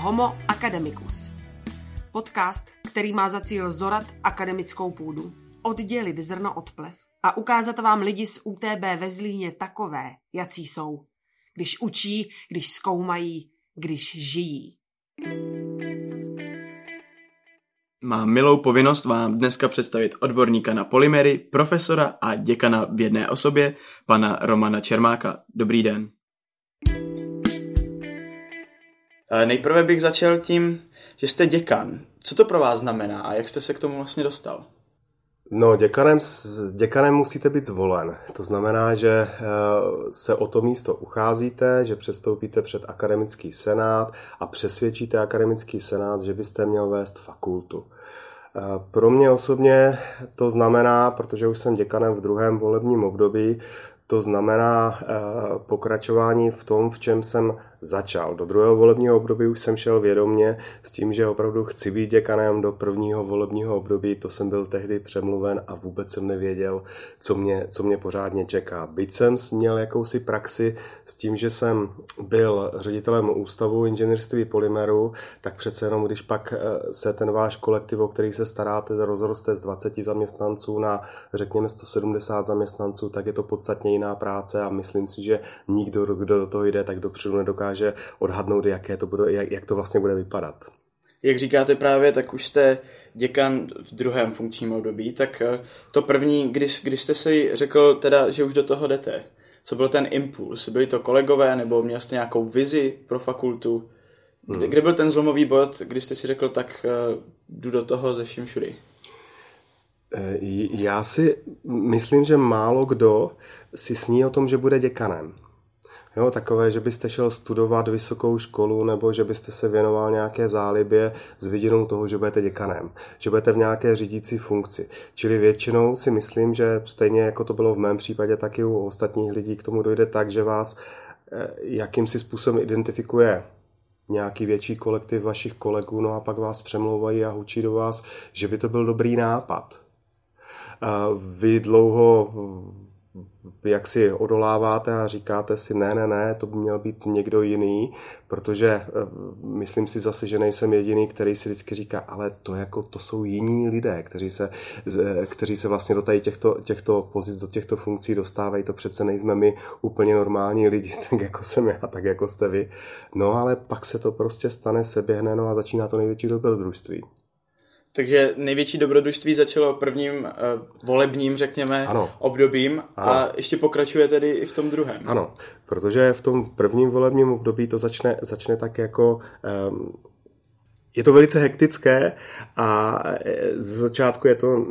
Homo Academicus. Podcast, který má za cíl zorat akademickou půdu, oddělit zrno od plev a ukázat vám lidi z UTB ve Zlíně takové, jací jsou. Když učí, když zkoumají, když žijí. Mám milou povinnost vám dneska představit odborníka na polymery, profesora a děkana v jedné osobě, pana Romana Čermáka. Dobrý den. Nejprve bych začal tím, že jste děkan. Co to pro vás znamená a jak jste se k tomu vlastně dostal? No, děkanem musíte být zvolen. To znamená, že se o to místo ucházíte, že předstoupíte před akademický senát a přesvědčíte akademický senát, že byste měl vést fakultu. Pro mě osobně to znamená, protože už jsem děkanem v druhém volebním období, to znamená pokračování v tom, v čem jsem začal. Do druhého volebního období už jsem šel vědomě s tím, že opravdu chci být děkanem. Do prvního volebního období to jsem byl tehdy přemluven a vůbec jsem nevěděl, co mě pořádně čeká. Byť jsem měl jakousi praxi s tím, že jsem byl ředitelem Ústavu inženýrství polymerů, tak přece jenom, když pak se ten váš kolektiv, o který se staráte, rozroste z 20 zaměstnanců na, řekněme, 170 zaměstnanců, tak je to podstatně jiná práce a myslím si, že nikdo, kdo do toho jde, tak dopředu nedokáže odhadnout, jak to vlastně bude vypadat. Jak říkáte právě, tak už jste děkan v druhém funkčním období, tak to první, když jste si řekl teda, že už do toho jdete, co byl ten impuls? Byli to kolegové nebo měl jste nějakou vizi pro fakultu? Kde byl ten zlomový bod, kdy jste si řekl, tak jdu do toho ze vším všudy? Já si myslím, že málo kdo si sní o tom, že bude děkanem. Jo, takové, že byste šel studovat vysokou školu nebo že byste se věnoval nějaké zálibě s vidinou toho, že budete děkanem, že budete v nějaké řídící funkci. Čili většinou si myslím, že stejně jako to bylo v mém případě, tak i u ostatních lidí k tomu dojde tak, že vás jakýmsi způsobem identifikuje nějaký větší kolektiv vašich kolegů, no a pak vás přemlouvají a hučí do vás, že by to byl dobrý nápad. Vy dlouho jak si odoláváte a říkáte si ne, to by měl být někdo jiný, protože myslím si zase, že nejsem jediný, který si vždycky říká, ale to jsou jiní lidé, kteří se vlastně do tady těchto pozic, do těchto funkcí dostávají, to přece nejsme my úplně normální lidi, tak jako jsem já, tak jako jste vy. No ale pak se to prostě stane, seběhne, no a začíná to největší dobrodružství. Takže největší dobrodružství začalo prvním volebním, řekněme, obdobím a ještě pokračuje tedy i v tom druhém. Ano, protože v tom prvním volebním období to začne tak jako... Je to velice hektické a z začátku je to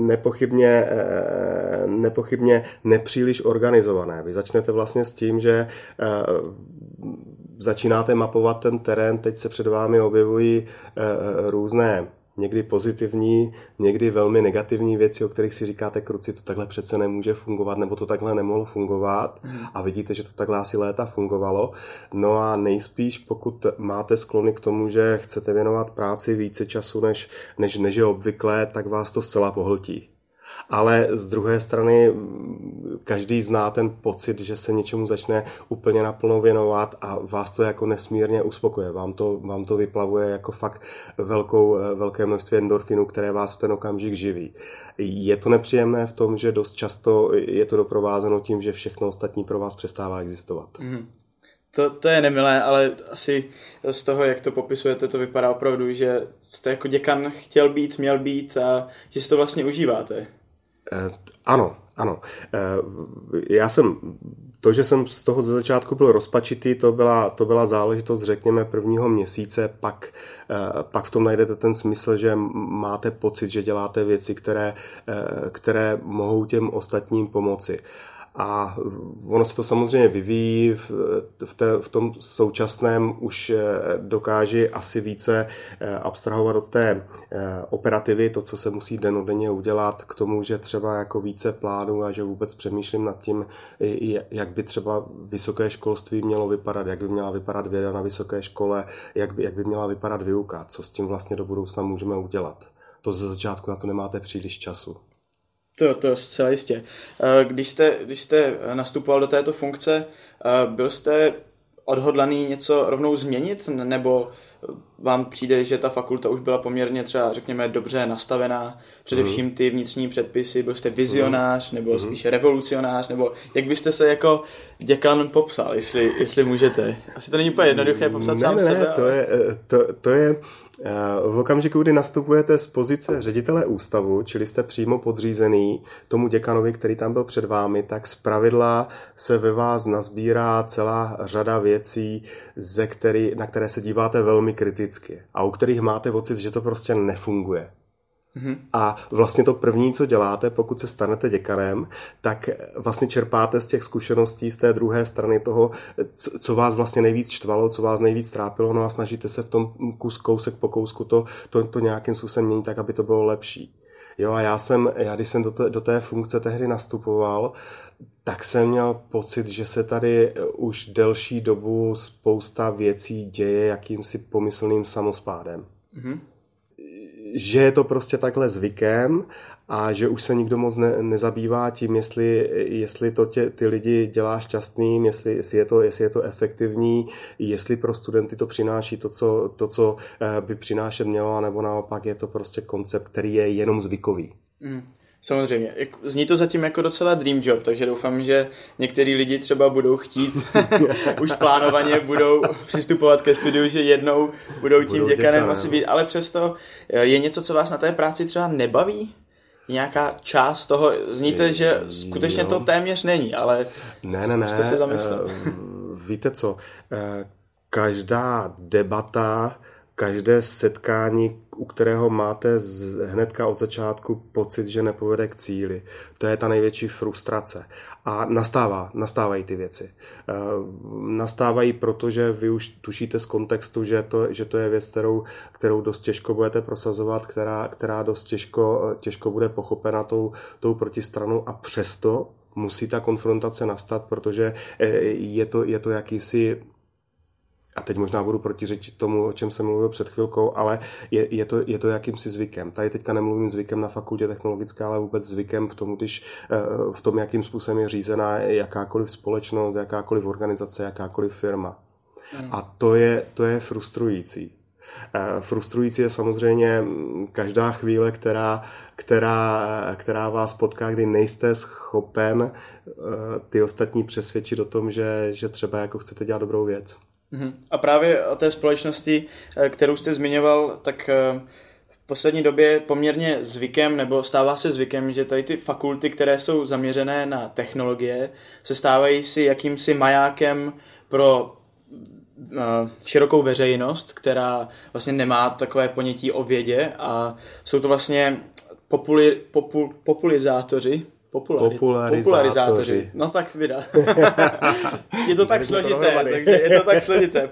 nepochybně nepříliš organizované. Vy začnete vlastně s tím, že začínáte mapovat ten terén, teď se před vámi objevují různé někdy pozitivní, někdy velmi negativní věci, o kterých si říkáte, kruci, to takhle přece nemůže fungovat, nebo to takhle nemohlo fungovat a vidíte, že to takhle asi léta fungovalo. No a nejspíš, pokud máte sklony k tomu, že chcete věnovat práci více času, než je obvyklé, tak vás to zcela pohltí. Ale z druhé strany každý zná ten pocit, že se něčemu začne úplně naplno věnovat a vás to jako nesmírně uspokojuje. Vám to vyplavuje jako fakt velké množství endorfinů, které vás v ten okamžik živí. Je to nepříjemné v tom, že dost často je to doprovázeno tím, že všechno ostatní pro vás přestává existovat. To je nemilé, ale asi z toho, jak to popisujete, to vypadá opravdu, že jste jako děkan chtěl být, měl být a že si to vlastně užíváte. Ano. Že jsem z toho ze začátku byl rozpačitý, to byla záležitost, řekněme, prvního měsíce, pak v tom najdete ten smysl, že máte pocit, že děláte věci, které mohou těm ostatním pomoci. A ono se to samozřejmě vyvíjí, v tom současném už dokáže asi více abstrahovat od té operativy, to, co se musí dennodenně udělat, k tomu, že třeba jako více plánu a že vůbec přemýšlím nad tím, jak by třeba vysoké školství mělo vypadat, jak by měla vypadat věda na vysoké škole, jak by měla vypadat výuka, co s tím vlastně do budoucna můžeme udělat. To ze začátku na to nemáte příliš času. To zcela jistě. Když jste nastupoval do této funkce, byl jste odhodlaný něco rovnou změnit, nebo vám přijde, že ta fakulta už byla poměrně třeba, řekněme, dobře nastavená, především ty vnitřní předpisy, byl jste vizionář, nebo spíše revolucionář, nebo jak byste se jako děkan popsal, jestli můžete. Asi to není úplně jednoduché popsat sám sebe. To je v okamžiku, kdy nastupujete z pozice ředitele ústavu, čili jste přímo podřízený tomu děkanovi, který tam byl před vámi, tak zpravidla se ve vás nazbírá celá řada věcí, na které se díváte velmi kriticky a u kterých máte pocit, že to prostě nefunguje. A vlastně to první, co děláte, pokud se stanete děkanem, tak vlastně čerpáte z těch zkušeností z té druhé strany toho, co vás vlastně nejvíc štvalo, co vás nejvíc trápilo, no a snažíte se v tom kousek po kousku to nějakým způsobem měnit tak, aby to bylo lepší. Jo, a já když jsem do té funkce tehdy nastupoval, tak jsem měl pocit, že se tady už delší dobu spousta věcí děje jakýmsi pomyslným samospádem. Že je to prostě takhle zvykem a že už se nikdo moc nezabývá tím, jestli to ty lidi dělá šťastným, jestli je to efektivní, jestli pro studenty to přináší to, co by přinášet mělo, nebo naopak je to prostě koncept, který je jenom zvykový. Samozřejmě. Zní to zatím jako docela dream job, takže doufám, že některý lidi třeba budou chtít, už plánovaně budou přistupovat ke studiu, že jednou budou tím děkanem asi být, ale přesto je něco, co vás na té práci třeba nebaví? Nějaká část toho, zníte, že skutečně to téměř není, ale zkuste se zamyslet. Víte co, každá debata, každé setkání, u kterého máte hnedka od začátku pocit, že nepovede k cíli. To je ta největší frustrace. A nastávají ty věci. Nastávají, protože vy už tušíte z kontextu, že to je věc, kterou dost těžko budete prosazovat, která dost těžko bude pochopena tou protistranou a přesto musí ta konfrontace nastat, protože je to jakýsi. A teď možná budu protiřečit tomu, o čem jsem mluvil před chvilkou, ale je to jakýmsi zvykem. Tady teďka nemluvím zvykem na fakultě technologické, ale vůbec zvykem v tom, jakým způsobem je řízená jakákoliv společnost, jakákoliv organizace, jakákoliv firma. A to je frustrující. Frustrující je samozřejmě každá chvíle, která vás potká, kdy nejste schopen ty ostatní přesvědčit o tom, že třeba jako chcete dělat dobrou věc. A právě o té společnosti, kterou jste zmiňoval, tak v poslední době je poměrně zvykem, nebo stává se zvykem, že tady ty fakulty, které jsou zaměřené na technologie, se stávají si jakýmsi majákem pro širokou veřejnost, která vlastně nemá takové ponětí o vědě a jsou to vlastně popularizátoři. No tak vydá. Je to tak složité, takže je to tak složité.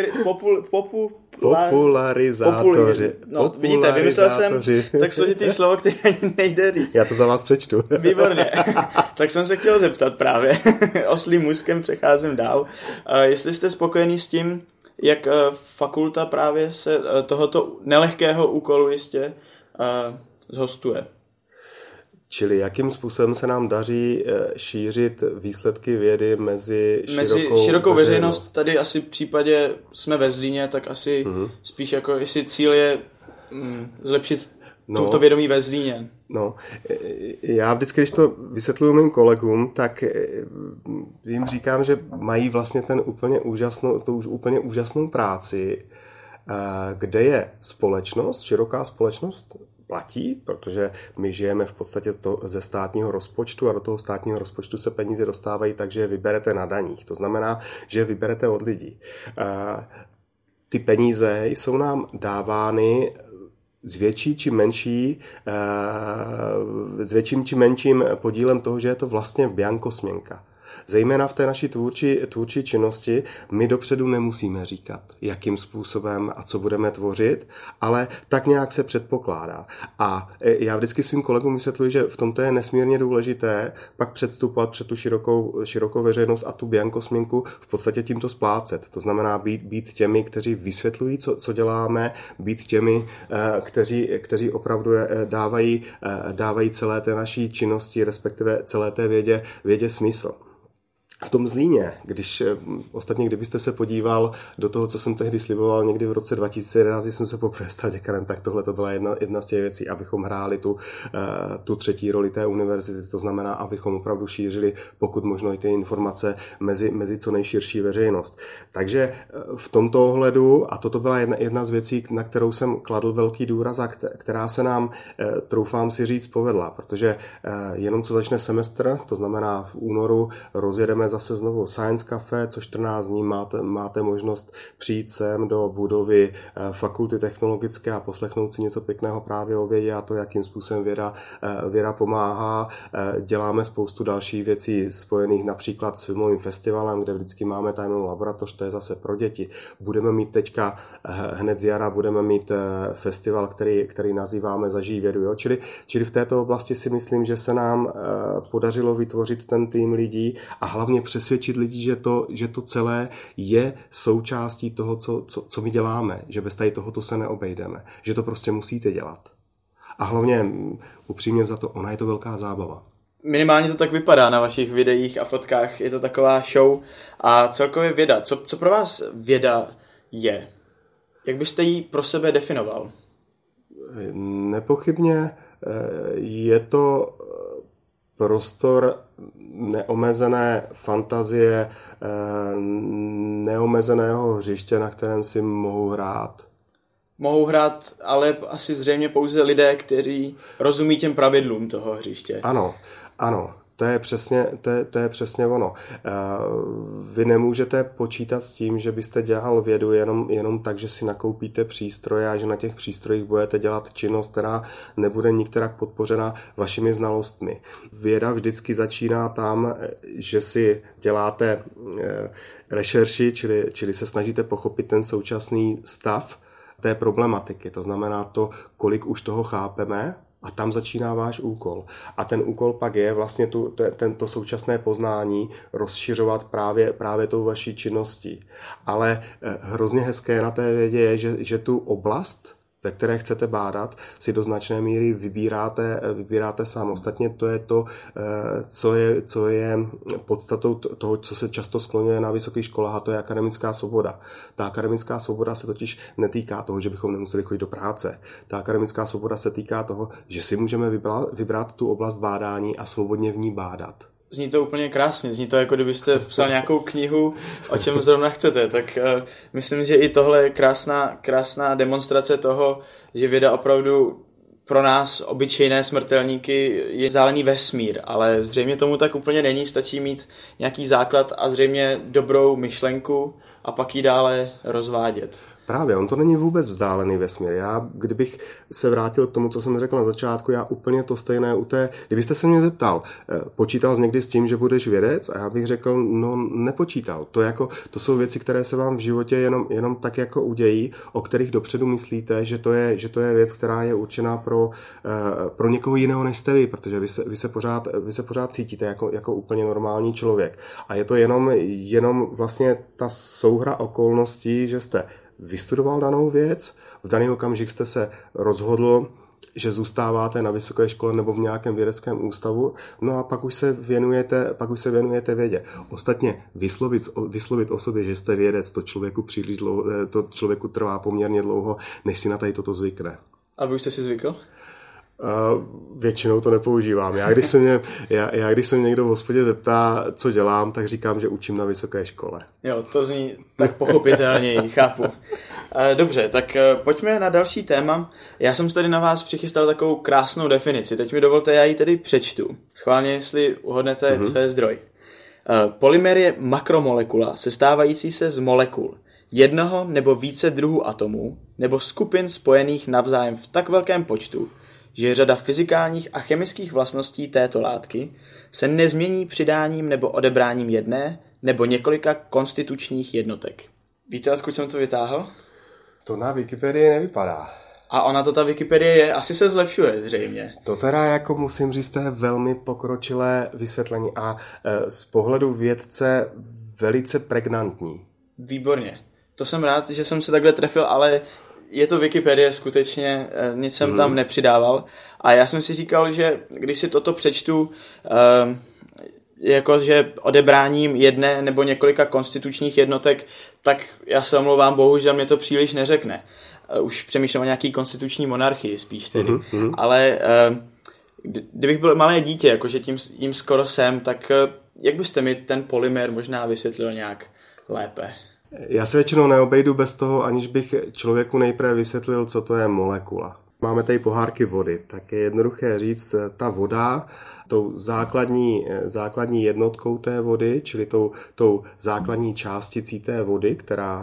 Popularizátoři. No, vidíte, vymyslel jsem tak složitý slovo, který ani nejde říct. Já to za vás přečtu. Výborně. Tak jsem se chtěl zeptat právě. Oslím můstkem přecházím dál. Jestli jste spokojený s tím, jak fakulta právě se tohoto nelehkého úkolu jistě zhostuje. Čili jakým způsobem se nám daří šířit výsledky vědy mezi širokou veřejnost. Tady asi v případě jsme ve Zlíně, tak asi spíš jako jestli cíl je zlepšit to vědomí ve Zlíně. No, já vždycky, když to vysvětluju mým kolegům, tak jim říkám, že mají vlastně tu úplně úžasnou práci, kde je společnost, široká společnost, platí, protože my žijeme v podstatě ze státního rozpočtu a do toho státního rozpočtu se peníze dostávají tak, že je vyberete na daních. To znamená, že je vyberete od lidí. Ty peníze jsou nám dávány s větším či menším podílem toho, že je to vlastně bianko směnka. Zejména v té naší tvůrčí činnosti my dopředu nemusíme říkat, jakým způsobem a co budeme tvořit, ale tak nějak se předpokládá. A já vždycky svým kolegům vysvětluji, že v tomto je nesmírně důležité pak předstupovat před tu širokou veřejnost a tu biankosměnku v podstatě tímto splácet. To znamená být těmi, kteří vysvětlují, co děláme, být těmi, kteří opravdu dávají celé té naší činnosti, respektive celé té vědě smysl. v tom Zlíně, kdybyste se podíval do toho, co jsem tehdy sliboval někdy v roce 2011, když jsem se poprvé stal děkanem, tak tohle to byla jedna z těch věcí, abychom hráli tu třetí roli té univerzity, to znamená, abychom opravdu šířili pokud možno i ty informace mezi co nejširší veřejnost. Takže v tomto ohledu, a toto byla jedna z věcí, na kterou jsem kladl velký důraz a která se nám, troufám si říct, povedla, protože jenom co začne semestr, to znamená v únoru rozjedeme zase znovu Science Café, co 14 dní máte možnost přijít sem do budovy Fakulty technologické a poslechnout si něco pěkného právě o vědě a to, jakým způsobem věda pomáhá. Děláme spoustu dalších věcí spojených například s filmovým festivalem, kde vždycky máme tajemnou laboratoř, to je zase pro děti. Budeme mít teďka hned z jara, budeme mít festival, který nazýváme Zažij vědu. Jo? Čili v této oblasti si myslím, že se nám podařilo vytvořit ten tým lidí a hlavně přesvědčit lidi, že to celé je součástí toho, co my děláme, že bez tady tohoto se neobejdeme, že to prostě musíte dělat. A hlavně upřímně vzato, ona je to velká zábava. Minimálně to tak vypadá na vašich videích a fotkách, je to taková show a celkově věda. Co pro vás věda je? Jak byste ji pro sebe definoval? Nepochybně je to prostor neomezené fantazie, neomezeného hřiště, na kterém si mohu hrát. Mohou hrát, ale asi zřejmě pouze lidé, kteří rozumí těm pravidlům toho hřiště. Ano. To je přesně ono. Vy nemůžete počítat s tím, že byste dělal vědu jenom tak, že si nakoupíte přístroje a že na těch přístrojích budete dělat činnost, která nebude nikterak podpořena vašimi znalostmi. Věda vždycky začíná tam, že si děláte rešerši, čili se snažíte pochopit ten současný stav té problematiky. To znamená to, kolik už toho chápeme, a tam začíná váš úkol. A ten úkol pak je vlastně to současné poznání rozšiřovat právě tou vaší činností. Ale hrozně hezké na té vědě je, že tu oblast, ve které chcete bádat, si do značné míry vybíráte sám. Ostatně to je to, co je podstatou toho, co se často skloňuje na vysokých školách, a to je akademická svoboda. Ta akademická svoboda se totiž netýká toho, že bychom nemuseli chodit do práce. Ta akademická svoboda se týká toho, že si můžeme vybrat tu oblast bádání a svobodně v ní bádat. Zní to úplně krásně, zní to jako kdybyste psal nějakou knihu, o čem zrovna chcete, tak myslím, že i tohle je krásná demonstrace toho, že věda opravdu pro nás, obyčejné smrtelníky, je vzdálený vesmír, ale zřejmě tomu tak úplně není, stačí mít nějaký základ a zřejmě dobrou myšlenku a pak ji dále rozvádět. Právě, on to není vůbec vzdálený vesmír. Kdybych se vrátil k tomu, co jsem řekl na začátku, já úplně to stejné kdybyste se mě zeptal, počítal jsi někdy s tím, že budeš vědec? A já bych řekl, no nepočítal. To jsou věci, které se vám v životě jenom tak jako udějí, o kterých dopředu myslíte, že to je věc, která je určená pro někoho jiného než jste vy, protože vy se pořád cítíte jako úplně normální člověk. A je to jenom vlastně ta souhra okolností, že jste vystudoval danou věc, v daný okamžik jste se rozhodl, že zůstáváte na vysoké škole nebo v nějakém vědeckém ústavu, no a pak už se věnujete vědě. Ostatně vyslovit o sobě, že jste vědec, to člověku trvá poměrně dlouho, než si na tady toto zvykne. A vy už jste si zvykl? Většinou to nepoužívám. Když se mě někdo v hospodě zeptá, co dělám, tak říkám, že učím na vysoké škole. Jo, to zní tak pochopitelněji, chápu. Dobře, tak pojďme na další téma. Já jsem tady na vás přichystal takovou krásnou definici. Teď mi dovolte, já ji tedy přečtu. Schválně, jestli uhodnete, co je zdroj. Polymer je makromolekula, sestávající se z molekul jednoho nebo více druhů atomů nebo skupin spojených navzájem v tak velkém počtu, že řada fyzikálních a chemických vlastností této látky se nezmění přidáním nebo odebráním jedné nebo několika konstitučních jednotek. Víte, odkud jsem to vytáhl? To na Wikipedii nevypadá. A ona to ta Wikipedie je, asi se zlepšuje zřejmě. To teda jako musím říct, to je velmi pokročilé vysvětlení a z pohledu vědce velice pregnantní. Výborně. To jsem rád, že jsem se takhle trefil, ale je to Wikipedie skutečně, nic jsem tam nepřidával. A já jsem si říkal, že když si toto přečtu, jakože odebráním jedné nebo několika konstitučních jednotek, tak já se omlouvám, bohužel mě to příliš neřekne. Už přemýšlím o nějaký konstituční monarchii spíš tedy. Ale kdybych byl malé dítě, jakože tím skoro jsem, tak jak byste mi ten polymer možná vysvětlil nějak lépe? Já se většinou neobejdu bez toho, aniž bych člověku nejprve vysvětlil, co to je molekula. Máme tady pohárky vody, tak je jednoduché říct, ta voda, tou základní jednotkou té vody, čili tou základní částicí té vody,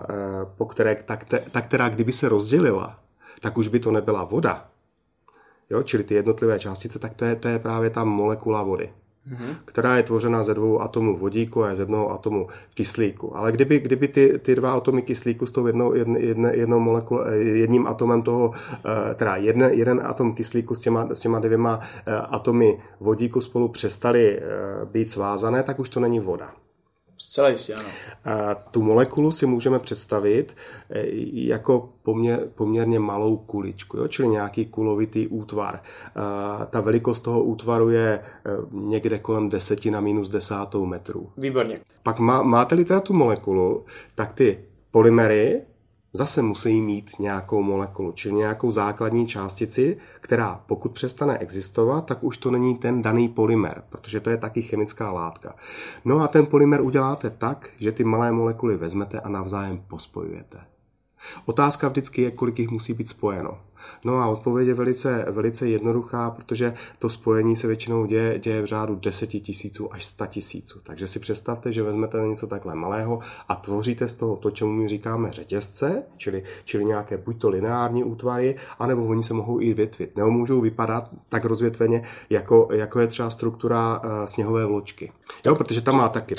která kdyby se rozdělila, tak už by to nebyla voda. Jo, čili ty jednotlivé částice, tak to je právě ta molekula vody, která je tvořena ze 2 atomů vodíku a z 1 atomu kyslíku. Ale kdyby ty 2 atomy kyslíku s tou jednou jedním atomem toho, teda jeden atom kyslíku s těma 2 atomy vodíku spolu přestaly být svázané, tak už to není voda. Zcela jistě, ano. Tu molekulu si můžeme představit jako poměrně malou kuličku, jo? Čili nějaký kulovitý útvar. Ta velikost toho útvaru je někde kolem 10⁻⁻⁰ metrů. Výborně. Pak máte-li teda tu molekulu, tak ty polymery zase musí mít nějakou molekulu, čili nějakou základní částici, která pokud přestane existovat, tak už to není ten daný polymer, protože to je taky chemická látka. No a ten polymer uděláte tak, že ty malé molekuly vezmete a navzájem pospojujete. Otázka vždycky je, kolik jich musí být spojeno. No a odpověď je velice jednoduchá, protože to spojení se většinou děje v řádu 10 000 až 100 000. Takže si představte, že vezmete něco takhle malého a tvoříte z toho to, čemu my říkáme řetězce, čili nějaké buď to lineární útvary, anebo oni se mohou i větvit. Nebo můžou vypadat tak rozvětveně, jako je třeba struktura sněhové vločky. Jo, protože tam má taky,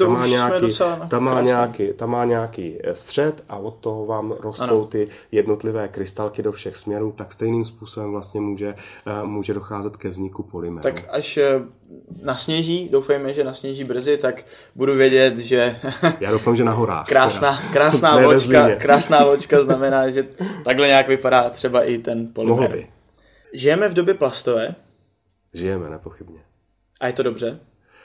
tam má nějaký střed a od toho vám rostou ty jednotlivé krystalky do všech směrů, tak stejným způsobem vlastně může docházet ke vzniku polymeru. Tak až nasněží, doufejme, že nasněží brzy, tak budu vědět, že... Já doufám, že na horách. Krásná vločka znamená, že takhle nějak vypadá třeba i ten polymer. Mohl by. Žijeme v době plastové? Žijeme, nepochybně. A je to dobře?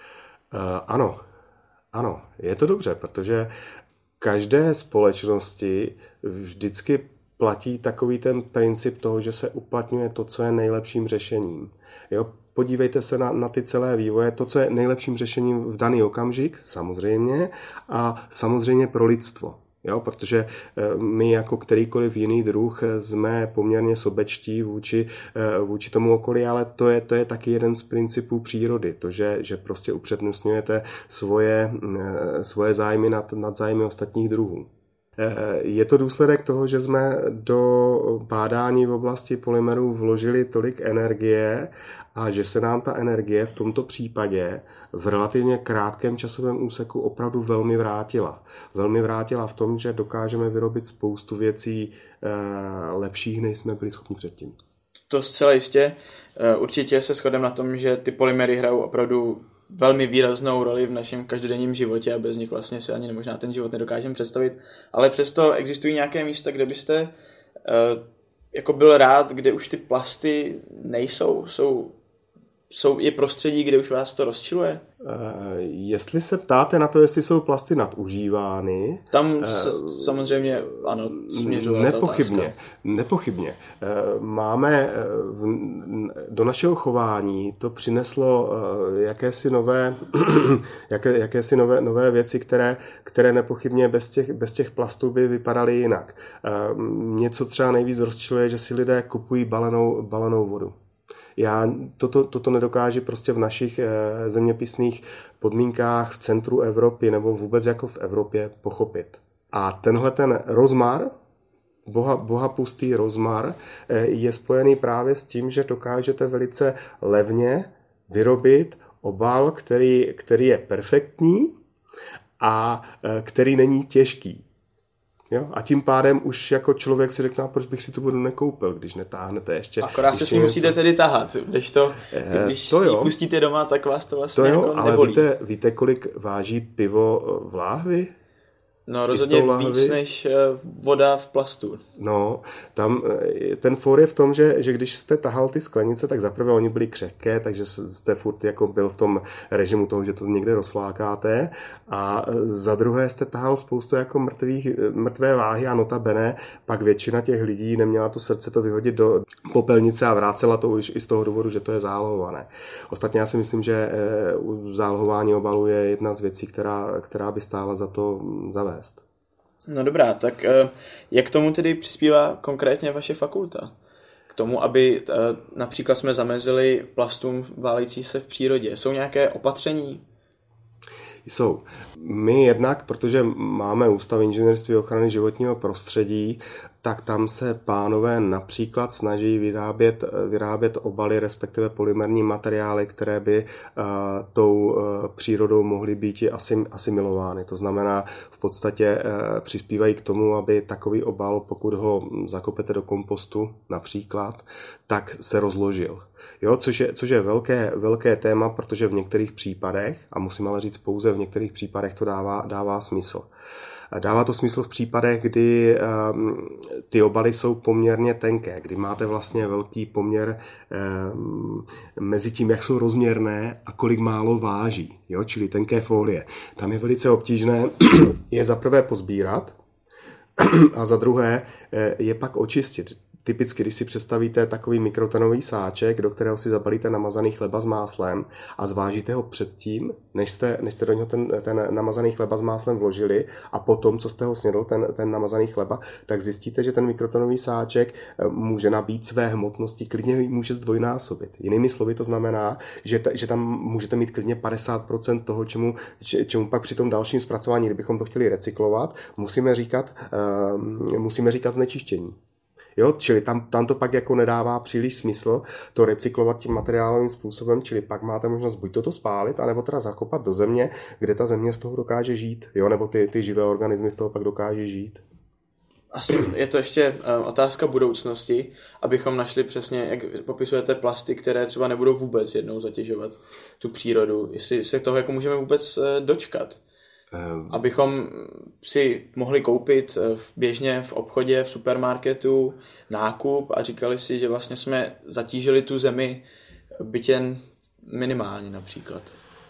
Ano, je to dobře, protože každé společnosti vždycky platí takový ten princip toho, že se uplatňuje to, co je nejlepším řešením. Jo? Podívejte se na ty celé vývoje, to, co je nejlepším řešením v daný okamžik, samozřejmě, a samozřejmě pro lidstvo. Jo? Protože my jako kterýkoliv jiný druh jsme poměrně sobečtí vůči tomu okolí, ale to je taky jeden z principů přírody, to, že prostě upřednostňujete svoje zájmy nad zájmy ostatních druhů. Je to důsledek toho, že jsme do bádání v oblasti polymerů vložili tolik energie a že se nám ta energie v tomto případě v relativně krátkém časovém úseku opravdu velmi vrátila. Velmi vrátila v tom, že dokážeme vyrobit spoustu věcí lepších, než jsme byli schopni předtím. To zcela jistě. Určitě se shodem na tom, že ty polymery hrajou opravdu velmi výraznou roli v našem každodenním životě a bez nich vlastně se ani možná ten život nedokážeme představit. Ale přesto existují nějaké místa, kde byste jako byl rád, kde už ty plasty nejsou, je prostředí, kde už vás to rozčiluje? Jestli se ptáte na to, jestli jsou plasty nadužívány... Tam samozřejmě, ano, směřuje Nepochybně. Máme do našeho chování to přineslo jakési nové věci, které nepochybně bez těch plastů by vypadaly jinak. Něco třeba nejvíc rozčiluje, že si lidé kupují balenou vodu. Já toto nedokážu prostě v našich zeměpisných podmínkách v centru Evropy nebo vůbec jako v Evropě pochopit. A tenhle ten rozmar, bohapustý rozmar, je spojený právě s tím, že dokážete velice levně vyrobit obal, který je perfektní a který není těžký. Jo? A tím pádem už jako člověk si řekne, proč bych si tu vodu nekoupil, když netáhnete ještě. Akorát se s ní musíte tedy tahat, když ji pustíte doma, tak vás to vlastně jako nebolí. Ale víte, kolik váží pivo v láhvi? No rozhodně víc než voda v plastu. No, tam ten for je v tom, že když jste tahal ty sklenice, tak zaprvé oni byly křehké, takže jste furt jako byl v tom režimu toho, že to někde rozflákáte, a za druhé jste tahal spoustu jako mrtvé váhy a notabene pak většina těch lidí neměla to srdce to vyhodit do popelnice a vrátila to už i z toho důvodu, že to je zálohované. Ostatně já si myslím, že zálohování obalu je jedna z věcí, která by stála za to zavést. No dobrá, tak jak tomu tedy přispívá konkrétně vaše fakulta? K tomu, aby například jsme zamezili plastům válející se v přírodě. Jsou nějaké opatření? Jsou. My jednak, protože máme Ústav inženýrství ochrany životního prostředí, tak tam se pánové například snaží vyrábět obaly, respektive polymerní materiály, které by tou přírodou mohly být asimilovány. To znamená, v podstatě přispívají k tomu, aby takový obal, pokud ho zakopete do kompostu například, tak se rozložil. Jo, což je velké téma, protože v některých případech, a musím ale říct pouze v některých případech, to dává smysl. Dává to smysl v případech, kdy ty obaly jsou poměrně tenké, kdy máte vlastně velký poměr mezi tím, jak jsou rozměrné a kolik málo váží, jo? Čili tenké folie. Tam je velice obtížné je za prvé pozbírat a za druhé je pak očistit. Typicky, když si představíte takový mikrotonový sáček, do kterého si zabalíte namazaný chleba s máslem a zvážíte ho předtím, než jste do něho ten namazaný chleba s máslem vložili, a potom, co jste ho snědl, ten namazaný chleba, tak zjistíte, že ten mikrotonový sáček může nabít své hmotnosti, klidně může zdvojnásobit. Jinými slovy to znamená, že tam můžete mít klidně 50% toho, čemu pak při tom dalším zpracování, kdybychom to chtěli recyklovat, musíme říkat znečištění. Jo, čili tam to pak jako nedává příliš smysl to recyklovat tím materiálovým způsobem, čili pak máte možnost buď to spálit, anebo teda zakopat do země, kde ta země z toho dokáže žít, jo, nebo ty živé organismy z toho pak dokáže žít. Asi je to ještě otázka budoucnosti, abychom našli přesně, jak popisujete, plasty, které třeba nebudou vůbec jednou zatěžovat tu přírodu. Jestli se toho jako můžeme vůbec dočkat. Abychom si mohli koupit běžně v obchodě, v supermarketu nákup a říkali si, že vlastně jsme zatížili tu zemi byť jen minimálně například.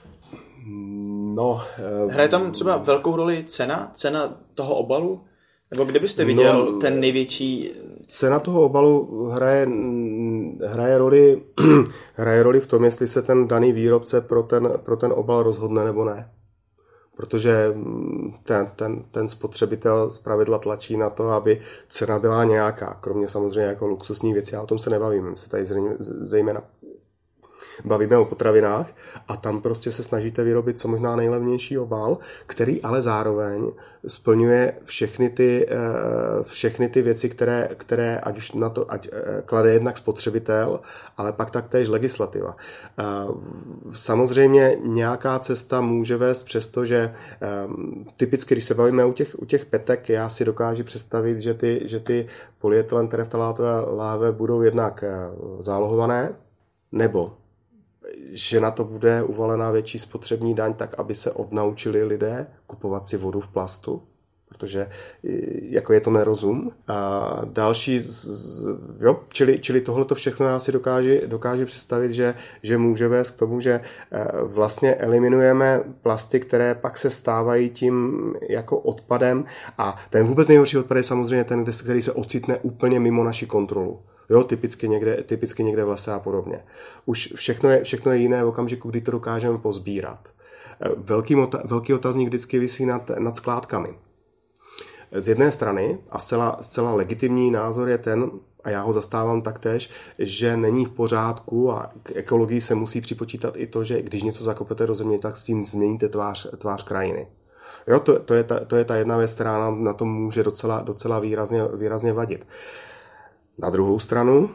No, hraje tam třeba velkou roli cena toho obalu? Nebo kde byste viděl ten největší... Cena toho obalu hraje roli v tom, jestli se ten daný výrobce pro ten obal rozhodne nebo ne. Protože ten spotřebitel zpravidla tlačí na to, aby cena byla nějaká, kromě samozřejmě jako luxusních věcí, ale o tom se nebavíme. My se tady zejména bavíme o potravinách a tam prostě se snažíte vyrobit co možná nejlevnější obal, který ale zároveň splňuje všechny ty věci, které ať už na to klade jednak spotřebitel, ale pak taktéž legislativa. Samozřejmě nějaká cesta může vést přesto, že typicky, když se bavíme u těch petek, já si dokážu představit, že ty polyetylen tereftalátové láhve budou jednak zálohované, nebo že na to bude uvalená větší spotřební daň, tak aby se odnaučili lidé kupovat si vodu v plastu, protože jako je to nerozum. A další, čili tohleto všechno já si dokážu představit, že může vést k tomu, že vlastně eliminujeme plasty, které pak se stávají tím jako odpadem, a ten vůbec nejhorší odpad je samozřejmě ten, který se ocitne úplně mimo naši kontrolu. Jo, typicky někde v lese a podobně. Už všechno je jiné v okamžiku, kdy to dokážeme pozbírat. Velký otazník vždycky visí nad skládkami. Z jedné strany, a zcela legitimní názor je ten, a já ho zastávám taktéž, že není v pořádku, a k ekologii se musí připočítat i to, že když něco zakopete do země, tak s tím změníte tvář krajiny. Jo, to je ta jedna věc, která nám na tom může docela výrazně vadit. Na druhou stranu,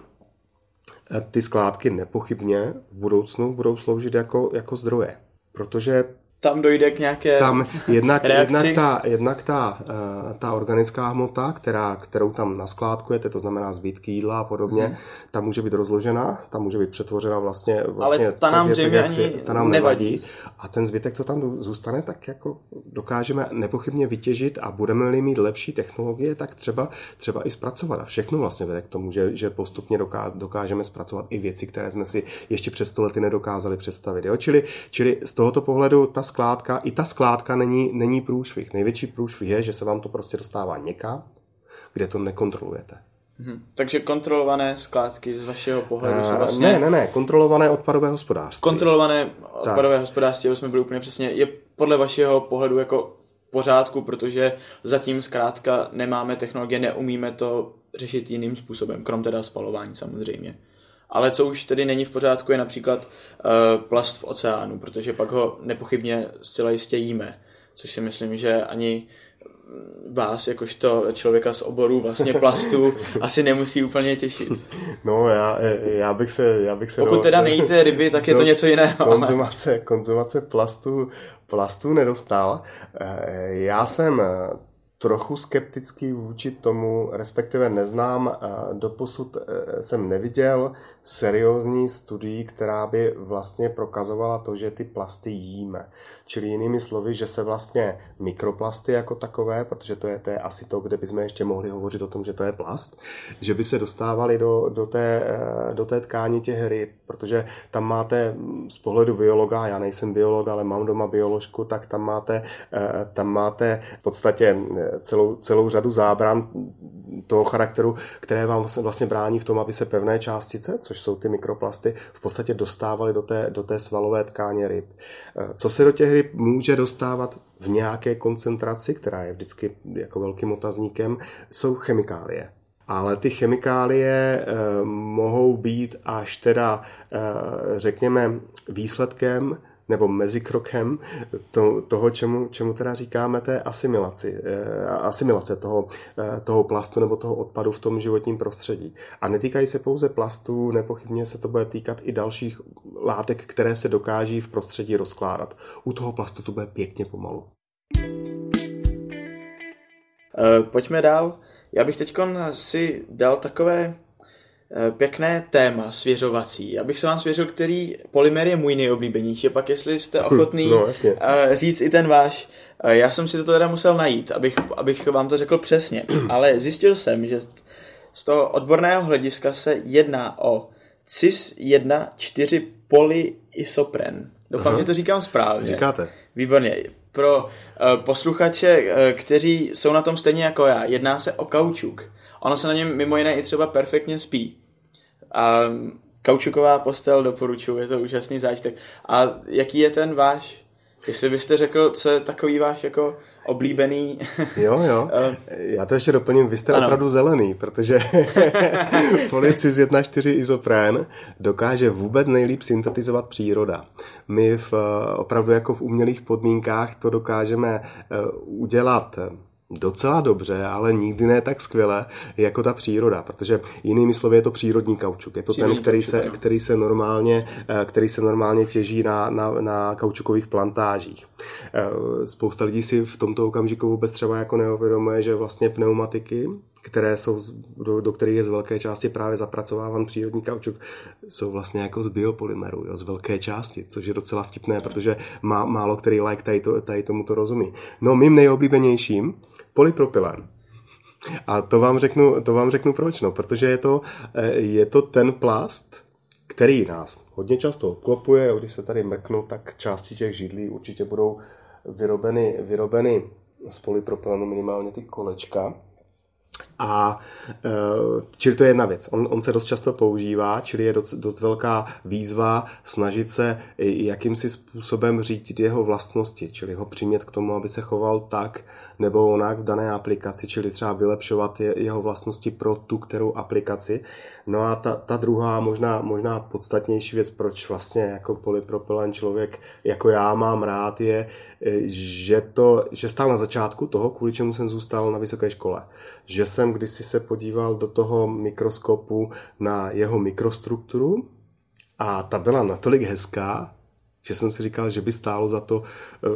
ty skládky nepochybně v budoucnu budou sloužit jako zdroje, protože tam dojde k nějaké reakci? Jednak ta organická hmota, kterou tam naskládkujete, to znamená zbytky jídla a podobně, ta může být rozložena, ta může být přetvořena vlastně ale ta nám zřejmě ani nevadí. A ten zbytek, co tam zůstane, tak jako dokážeme nepochybně vytěžit a budeme-li mít lepší technologie, tak třeba i zpracovat. A všechno vlastně vede k tomu, že postupně dokážeme zpracovat i věci, které jsme si ještě před 100 lety nedokázali představit. Jo? Čili z tohoto pohledu ta skládka není průšvih. Největší průšvih je, že se vám to prostě dostává někam, kde to nekontrolujete. Takže kontrolované skládky z vašeho pohledu jsou vlastně... Ne, kontrolované odpadové hospodářství. Kontrolované odpadové hospodářství, aby jsme byli úplně přesně, je podle vašeho pohledu jako v pořádku, protože zatím zkrátka nemáme technologie, neumíme to řešit jiným způsobem, krom teda spalování samozřejmě. Ale co už tedy není v pořádku, je například plast v oceánu, protože pak ho nepochybně zcela jistě jíme, což si myslím, že ani vás, jakožto člověka z oboru vlastně plastu, asi nemusí úplně těšit. No, já bych se... Pokud teda nejíte ryby, tak je to něco jiného. Konzumace plastu nedostal. Já jsem trochu skeptický vůči tomu, respektive neznám, doposud jsem neviděl seriózní studii, která by vlastně prokazovala to, že ty plasty jíme. Čili jinými slovy, že se vlastně mikroplasty jako takové, protože to je asi to, kde bychom ještě mohli hovořit o tom, že to je plast, že by se dostávaly do té tkání těch ryb, protože tam máte z pohledu biologa, já nejsem biolog, ale mám doma bioložku, tak tam máte v podstatě celou řadu zábran toho charakteru, které vám vlastně brání v tom, aby se pevné částice, což jsou ty mikroplasty, v podstatě dostávaly do té svalové tkáně ryb. Co se do těch ryb může dostávat v nějaké koncentraci, která je vždycky jako velkým otazníkem, jsou chemikálie. Ale ty chemikálie mohou být až teda, řekněme, výsledkem nebo mezikrokem toho, čemu teda říkáme té asimilace toho plastu nebo toho odpadu v tom životním prostředí. A netýkají se pouze plastů, nepochybně se to bude týkat i dalších látek, které se dokáží v prostředí rozkládat. U toho plastu to bude pěkně pomalu. Pojďme dál. Já bych teď si dal takové pěkné téma svěřovací. Já bych se vám svěřil, který polymer je můj nejoblíbenější, pak jestli jste ochotný říct i ten váš. Já jsem si to teda musel najít, abych vám to řekl přesně, ale zjistil jsem, že z toho odborného hlediska se jedná o cis-1,4-polyisopren. Doufám, že to říkám správně. Říkáte. Výborně. Pro posluchače, kteří jsou na tom stejně jako já, jedná se o kaučuk. Ono se na něm mimo jiné i třeba perfektně spí. A kaučuková postel doporučuji, je to úžasný zážitek. A jaký je ten váš? Jestli byste řekl, co je takový váš jako oblíbený... Jo. Já to ještě doplním, vy jste opravdu zelený, protože polycis 1,4 izopren dokáže vůbec nejlíp syntetizovat příroda. My opravdu jako v umělých podmínkách to dokážeme udělat docela dobře, ale nikdy ne tak skvěle jako ta příroda, protože jinými slovy je to přírodní kaučuk. Je to ten, který se normálně těží na kaučukových plantážích. Spousta lidí si v tomto okamžiku vůbec třeba jako neuvědomuje, že vlastně pneumatiky, které jsou, do kterých je z velké části právě zapracováván přírodní kaučuk, jsou vlastně jako z biopolymeru, z velké části, což je docela vtipné, protože málo který like tady tomuto rozumí. No, mým nejoblíbenějším polypropylen. A to vám řeknu proč, no, protože je to ten plast, který nás hodně často obklopuje, když se tady mrknu, tak části těch židlí určitě budou vyrobeny z polypropylenu, minimálně ty kolečka. A čili to je jedna věc. On se dost často používá, čili je dost velká výzva snažit se jakýmsi způsobem řídit jeho vlastnosti, čili ho přimět k tomu, aby se choval tak nebo onak v dané aplikaci, čili třeba vylepšovat jeho vlastnosti pro tu kterou aplikaci. No a ta druhá možná podstatnější věc, proč vlastně jako polypropylen člověk jako já mám rád, je, že stál na začátku toho, kvůli čemu jsem zůstal na vysoké škole. Že jsem kdysi se podíval do toho mikroskopu na jeho mikrostrukturu a ta byla natolik hezká, Že jsem si říkal, že by stálo za to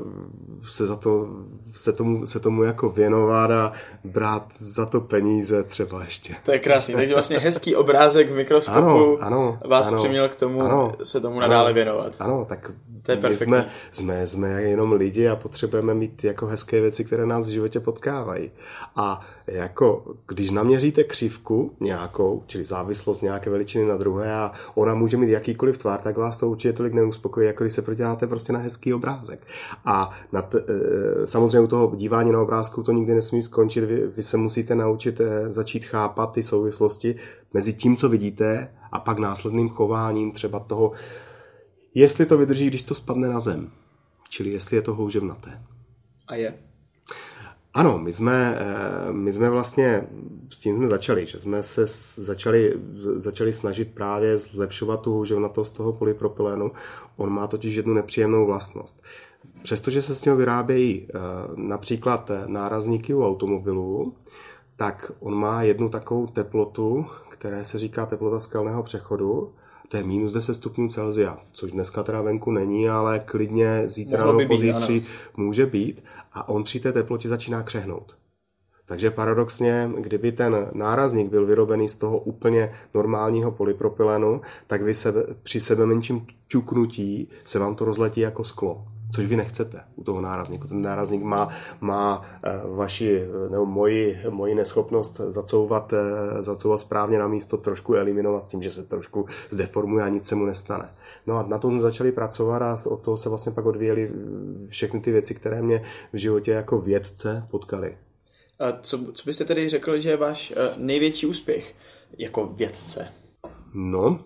se tomu jako věnovat a brát za to peníze třeba ještě. To je krásný, takže vlastně hezký obrázek v mikroskopu vás přiměl k tomu se tomu nadále věnovat. Ano, tak to je perfektní. Jsme jenom lidi a potřebujeme mít jako hezké věci, které nás v životě potkávají. A jako když naměříte křivku nějakou, čili závislost nějaké veličiny na druhé a ona může mít jakýkoliv tvar, tak vás to určitě tolik neuspokojí, jako když se proděláte prostě na hezký obrázek. A samozřejmě u toho dívání na obrázku to nikdy nesmí skončit. Vy se musíte naučit začít chápat ty souvislosti mezi tím, co vidíte, a pak následným chováním třeba toho, jestli to vydrží, když to spadne na zem. Čili jestli je to houževnaté. A je. Ano, my jsme vlastně s tím jsme začali, že jsme se začali snažit právě zlepšovat tu houževnatost toho polypropylenu. On má totiž jednu nepříjemnou vlastnost. Přestože se s něho vyrábějí například nárazníky u automobilů, tak on má jednu takovou teplotu, které se říká teplota skalného přechodu. To je minus 10 stupňů Celsia, což dneska teda venku není, ale klidně zítra nebo pozítří může být. A on při té teplotě začíná křehnout. Takže paradoxně, kdyby ten nárazník byl vyrobený z toho úplně normálního polypropylenu, tak vy při sebe menším ťuknutí se vám to rozletí jako sklo. Což vy nechcete u toho nárazníku. Ten nárazník má vaši nebo moji neschopnost zacouvat správně na místo, trošku eliminovat s tím, že se trošku zdeformuje a nic se mu nestane. No a na tom jsme začali pracovat a od toho se vlastně pak odvíjely všechny ty věci, které mě v životě jako vědce potkaly. A co byste tedy řekl, že je váš největší úspěch jako vědce? No...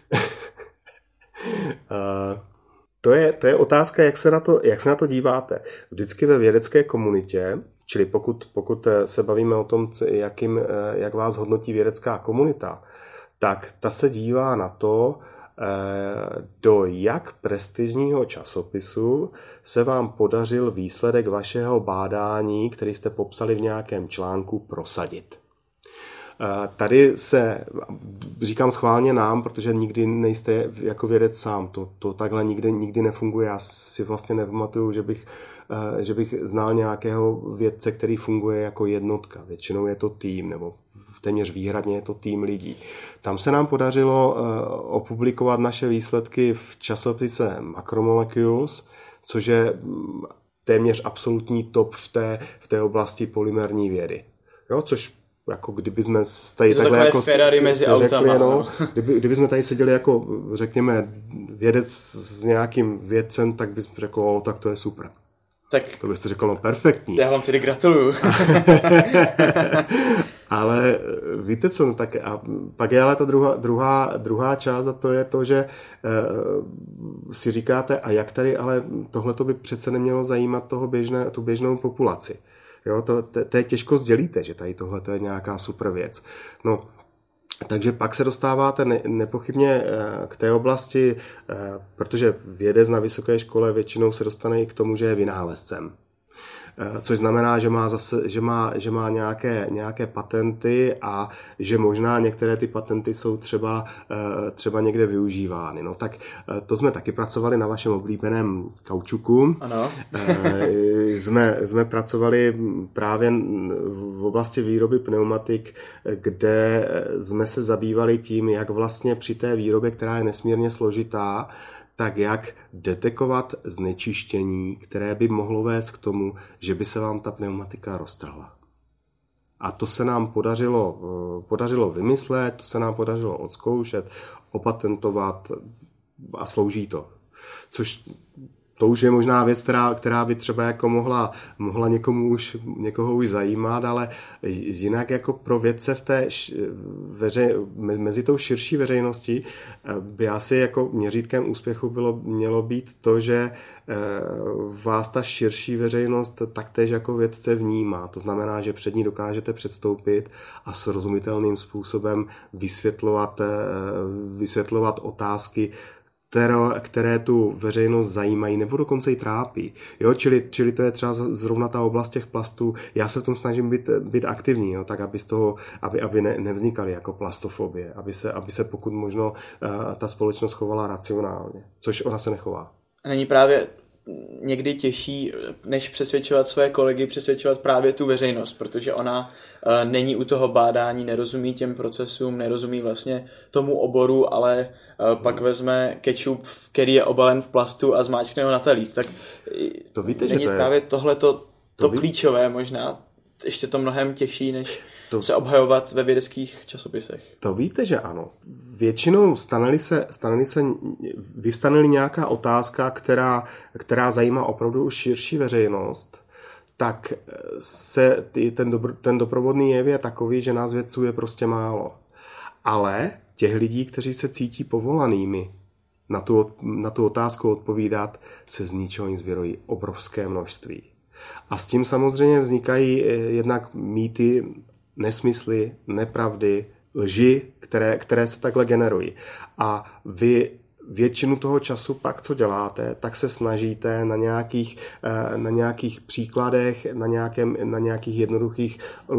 To je otázka, jak se na to díváte. Vždycky ve vědecké komunitě, čili pokud se bavíme o tom, jak vás hodnotí vědecká komunita, tak ta se dívá na to, do jak prestižního časopisu se vám podařil výsledek vašeho bádání, který jste popsali v nějakém článku, prosadit. Tady se, říkám schválně nám, protože nikdy nejste jako vědec sám, to takhle nikdy nefunguje. Já si vlastně nepamatuju, že bych znal nějakého vědce, který funguje jako jednotka. Většinou je to tým, nebo téměř výhradně je to tým lidí. Tam se nám podařilo opublikovat naše výsledky v časopise Macromolecules, což je téměř absolutní top v té oblasti polymerní vědy. Jo, což jako kdyby jsme tady takhle jako Ferrari mezi autama, no, kdyby jsme tady seděli jako, řekněme, vědec s nějakým vědcem, tak bys řekl, tak to je super. Tak to byste řekl, no perfektní. Já vám tedy gratuluju. Ale víte co, no tak a pak je ale ta druhá část a to je to, že si říkáte, a jak tady, ale tohleto by přece nemělo zajímat tu běžnou populaci. Jo, to je těžko sdělíte, že tady tohle je nějaká super věc. No, takže pak se dostáváte nepochybně k té oblasti, protože vědec na vysoké škole většinou se dostane i k tomu, že je vynálezcem. Což znamená, že má nějaké patenty a že možná některé ty patenty jsou třeba někde využívány. No tak to jsme taky pracovali na vašem oblíbeném kaučuku. Ano. Jsme pracovali právě v oblasti výroby pneumatik, kde jsme se zabývali tím, jak vlastně při té výrobě, která je nesmírně složitá, tak jak detekovat znečištění, které by mohlo vést k tomu, že by se vám ta pneumatika roztrhla. A to se nám podařilo vymyslet, to se nám podařilo odzkoušet, opatentovat a slouží to. Což to už je možná věc, která by třeba jako mohla někoho už zajímat, ale jinak jako pro vědce mezi tou širší veřejností by asi jako měřítkem úspěchu mělo být to, že vás ta širší veřejnost taktéž jako vědce vnímá. To znamená, že před ní dokážete předstoupit a srozumitelným způsobem vysvětlovat otázky, které tu veřejnost zajímají nebo dokonce i trápí. Jo, čili to je třeba zrovna ta oblast těch plastů. Já se v tom snažím být aktivní, jo, tak aby nevznikaly jako plastofobie, aby se pokud možno ta společnost chovala racionálně, což ona se nechová. Není právě někdy těžší, než přesvědčovat své kolegy, přesvědčovat právě tu veřejnost, protože ona není u toho bádání, nerozumí těm procesům, nerozumí vlastně tomu oboru, ale pak vezme ketchup, který je obalen v plastu a zmáčkne ho na talíř. Tak to víte, není že to je... právě tohleto klíčové možná, ještě to mnohem těžší, než se obhajovat ve vědeckých časopisech. To víte, že ano. Většinou vyvstane nějaká otázka, která zajímá opravdu širší veřejnost, tak se ten doprovodný jev je takový, že nás vědců je prostě málo. Ale těch lidí, kteří se cítí povolanými na tu otázku odpovídat, se z ničeho nic vyrojí obrovské množství. A s tím samozřejmě vznikají jednak mýty, nesmysly, nepravdy, lži, které se takhle generují. A vy většinu toho času pak, co děláte, tak se snažíte na nějakých příkladech, na nějakých jednoduchých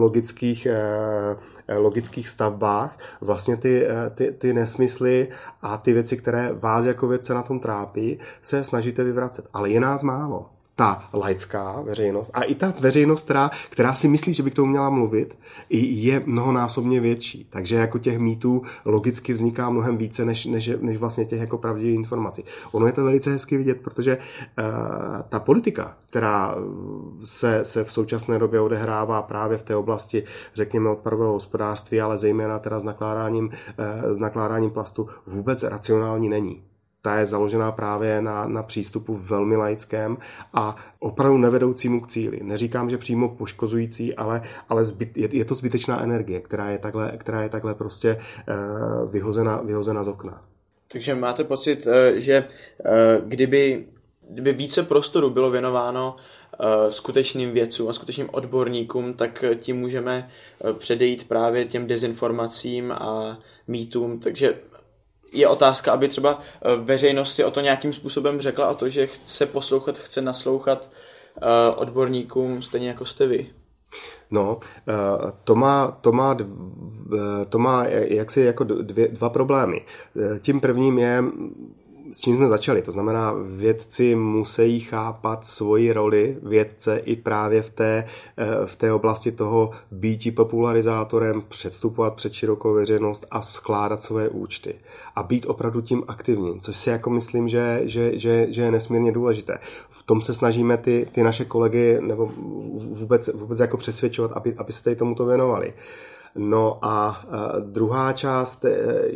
logických stavbách vlastně ty nesmysly a ty věci, které vás jako vědce na tom trápí, se snažíte vyvracet. Ale je nás málo. Ta laická veřejnost a i ta veřejnost, která si myslí, že by k tomu měla mluvit, je mnohonásobně větší. Takže jako těch mýtů logicky vzniká mnohem více, než vlastně těch jako pravdivých informací. Ono je to velice hezky vidět, protože ta politika, která se v současné době odehrává právě v té oblasti, řekněme, odpadového hospodářství, ale zejména teda s nakládáním plastu, vůbec racionální není. Ta je založená právě na přístupu velmi laickém a opravdu nevedoucímu k cíli. Neříkám, že přímo poškozující, ale je to zbytečná energie, která je takhle prostě vyhozena z okna. Takže máte pocit, že kdyby více prostoru bylo věnováno skutečným vědcům a skutečným odborníkům, tak tím můžeme předejít právě těm dezinformacím a mýtům. Takže je otázka, aby třeba veřejnost si o to nějakým způsobem řekla, o to, že chce poslouchat, chce naslouchat odborníkům, stejně jako jste vy. No, to má jaksi jako dva problémy. Tím prvním je, s čím jsme začali, to znamená, vědci musí chápat svoji roli vědce i právě v té oblasti toho býti popularizátorem, předstupovat před širokou veřejnost a skládat svoje účty. A být opravdu tím aktivním, což si jako myslím, že je nesmírně důležité. V tom se snažíme ty naše kolegy nebo vůbec jako přesvědčovat, aby se tady tomuto věnovali. No a druhá část,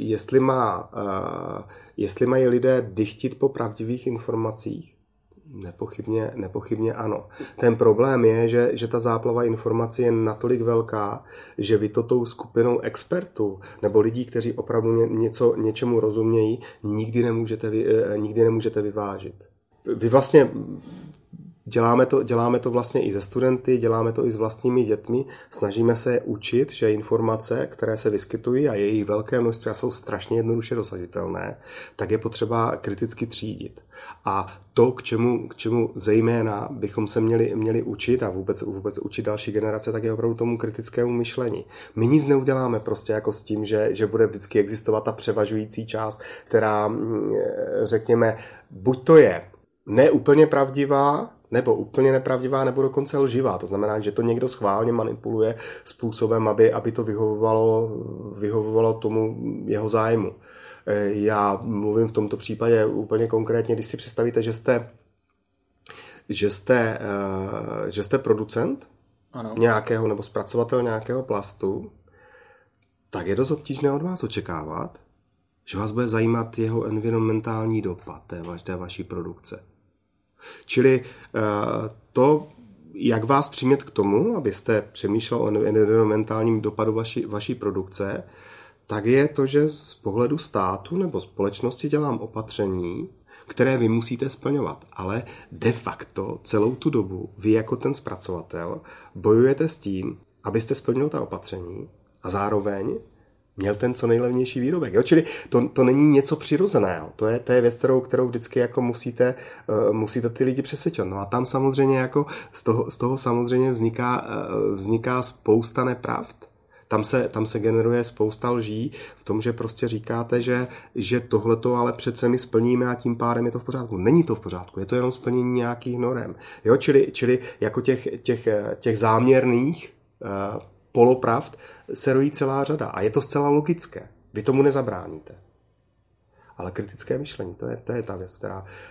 jestli mají lidé dychtit po pravdivých informacích, nepochybně ano. Ten problém je, že ta záplava informací je natolik velká, že vy to tou skupinou expertů nebo lidí, kteří opravdu něčemu rozumějí, nikdy nemůžete vyvážit. Vy vlastně děláme to vlastně i ze studenty, děláme to i s vlastními dětmi, snažíme se učit, že informace, které se vyskytují a jejich velké množství a jsou strašně jednoduše dosažitelné, tak je potřeba kriticky třídit. A to, k čemu zejména bychom se měli učit a vůbec učit další generace, tak je opravdu tomu kritickému myšlení. My nic neuděláme prostě jako s tím, že bude vždycky existovat ta převažující část, která, řekněme, buď to je neúplně pravdivá, nebo úplně nepravdivá, nebo dokonce lživá. To znamená, že to někdo schválně manipuluje způsobem, aby to vyhovovalo tomu jeho zájmu. Já mluvím v tomto případě úplně konkrétně, když si představíte, že jste producent nějakého nebo zpracovatel nějakého plastu, tak je dost obtížné od vás očekávat, že vás bude zajímat jeho environmentální dopad té vaší produkce. Čili to, jak vás přimět k tomu, abyste přemýšlel o environmentálním dopadu vaší produkce, tak je to, že z pohledu státu nebo společnosti dělám opatření, které vy musíte splňovat. Ale de facto celou tu dobu vy jako ten zpracovatel bojujete s tím, abyste splnil ta opatření a zároveň měl ten co nejlevnější výrobek. Jo? Čili to není něco přirozeného. To je věc, kterou vždycky jako musíte ty lidi přesvědčovat. No a tam samozřejmě jako z toho samozřejmě vzniká spousta nepravd. tam se generuje spousta lží v tom, že prostě říkáte, že tohleto ale přece my splníme a tím pádem je to v pořádku. Není to v pořádku, je to jenom splnění nějakých norem. Jo, čili jako těch záměrných polopravd se rojí celá řada a je to zcela logické. Vy tomu nezabráníte. Ale kritické myšlení, to je ta věc,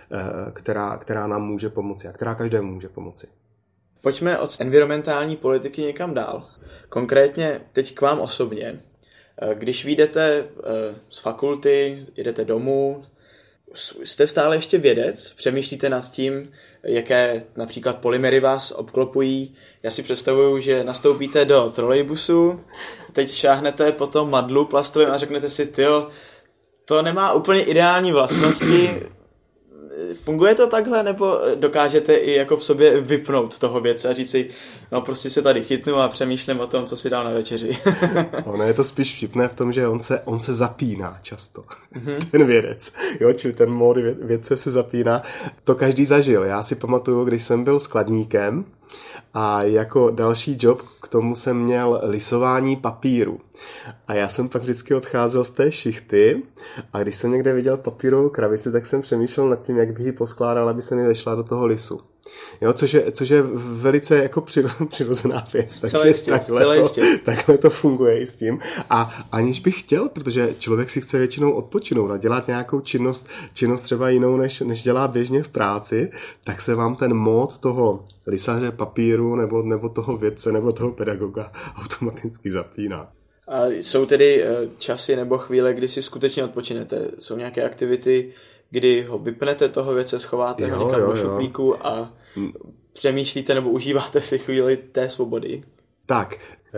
která nám může pomoci a která každému může pomoci. Pojďme od environmentální politiky někam dál. Konkrétně teď k vám osobně. Když vyjdete z fakulty, jdete domů, jste stále ještě vědec? Přemýšlíte nad tím, jaké například polymery vás obklopují? Já si představuju, že nastoupíte do trolejbusu, teď šáhnete po tom madlu plastovém a řeknete si, tyjo, to nemá úplně ideální vlastnosti. Funguje to takhle, nebo dokážete i jako v sobě vypnout toho věce a říct si, no prostě se tady chytnu a přemýšlím o tom, co si dám na večeři. Ono je to spíš vtipné v tom, že on se zapíná často, ten vědec. Jo, čili ten mód vědce se zapíná. To každý zažil. Já si pamatuju, když jsem byl skladníkem a jako další job k tomu jsem měl lisování papíru. A já jsem pak vždycky odcházel z té šichty a když jsem někde viděl papírovou krabici, tak jsem přemýšlel nad tím, jak bych ji poskládal, aby se mi vešla do toho lisu. Jo, což je velice jako přirozená věc. Takže takhle to funguje i s tím. A aniž bych chtěl, protože člověk si chce většinou odpočinout a dělat nějakou činnost třeba jinou, než dělá běžně v práci, tak se vám ten mód toho lisaře papíru nebo toho vědce nebo toho pedagoga automaticky zapíná. A jsou tedy časy nebo chvíle, kdy si skutečně odpočinete? Jsou nějaké aktivity, kdy ho vypnete toho věce, schováte ho někam do šuplíku a přemýšlíte nebo užíváte si chvíli té svobody? Tak,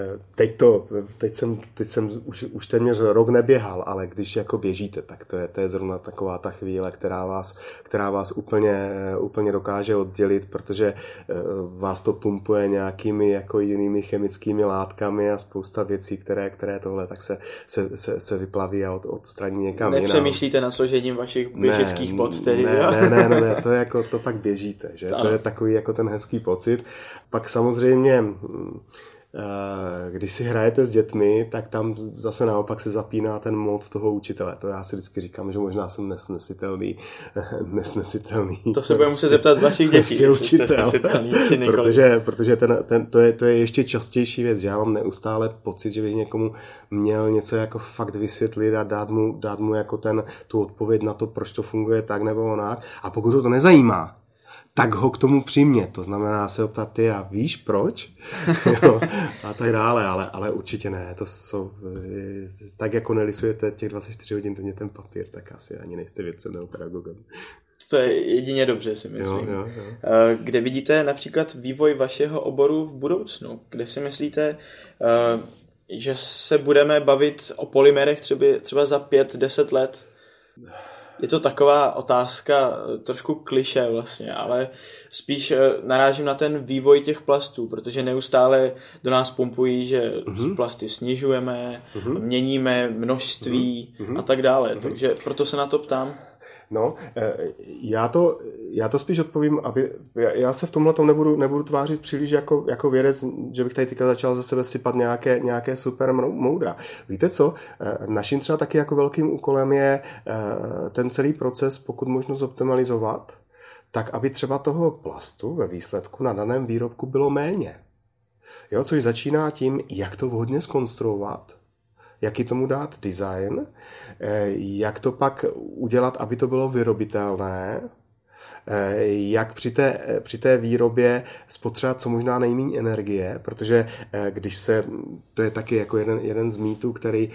teď jsem už téměř rok neběhal, ale když jako běžíte, tak to je zrovna taková ta chvíle, která vás úplně dokáže oddělit, protože vás to pumpuje nějakými jako jinými chemickými látkami a spousta věcí, které tohle tak se vyplaví a odstraní někam jinam. Nepřemýšlíte nad složením vašich běžeckých bod tedy? Ne, to je jako to pak běžíte, že? To je takový jako ten hezký pocit. Pak samozřejmě když si hrajete s dětmi, tak tam zase naopak se zapíná ten mód toho učitele. To já si vždycky říkám, že možná jsem nesnesitelný. To se budeme muset zeptat vašich dětí, učitel, protože to je ještě častější věc, že já mám neustále pocit, že bych někomu měl něco jako fakt vysvětlit a dát mu jako tu odpověď na to, proč to funguje tak nebo onak. A pokud to nezajímá, tak ho k tomu přijmě. To znamená se optat ty a víš proč? Jo, a tak dále, ale určitě ne. To jsou, tak jako nelisujete těch 24 hodin denně ten papír, tak asi ani nejste vědcem nebo pedagogem. To je jedině dobře, si myslím. Jo. Kde vidíte například vývoj vašeho oboru v budoucnu? Kde si myslíte, že se budeme bavit o polymerech třeba za 5-10 let? Je to taková otázka, trošku klišé vlastně, ale spíš narážím na ten vývoj těch plastů, protože neustále do nás pumpují, že plasty snižujeme, měníme množství a tak dále. Takže proto se na to ptám. No, já to spíš odpovím, já se v tomhletom nebudu tvářit příliš jako vědec, že bych tady teďka začal za sebe sypat nějaké super moudra. Víte co? Naším třeba taky jako velkým úkolem je ten celý proces pokud možno zoptimalizovat, tak aby třeba toho plastu ve výsledku na daném výrobku bylo méně. Jo, což začíná tím, jak to vhodně zkonstruovat, jaký tomu dát design, jak to pak udělat, aby to bylo vyrobitelné, jak při té výrobě spotřebovat co možná nejméně energie, protože to je taky jako jeden z mýtů,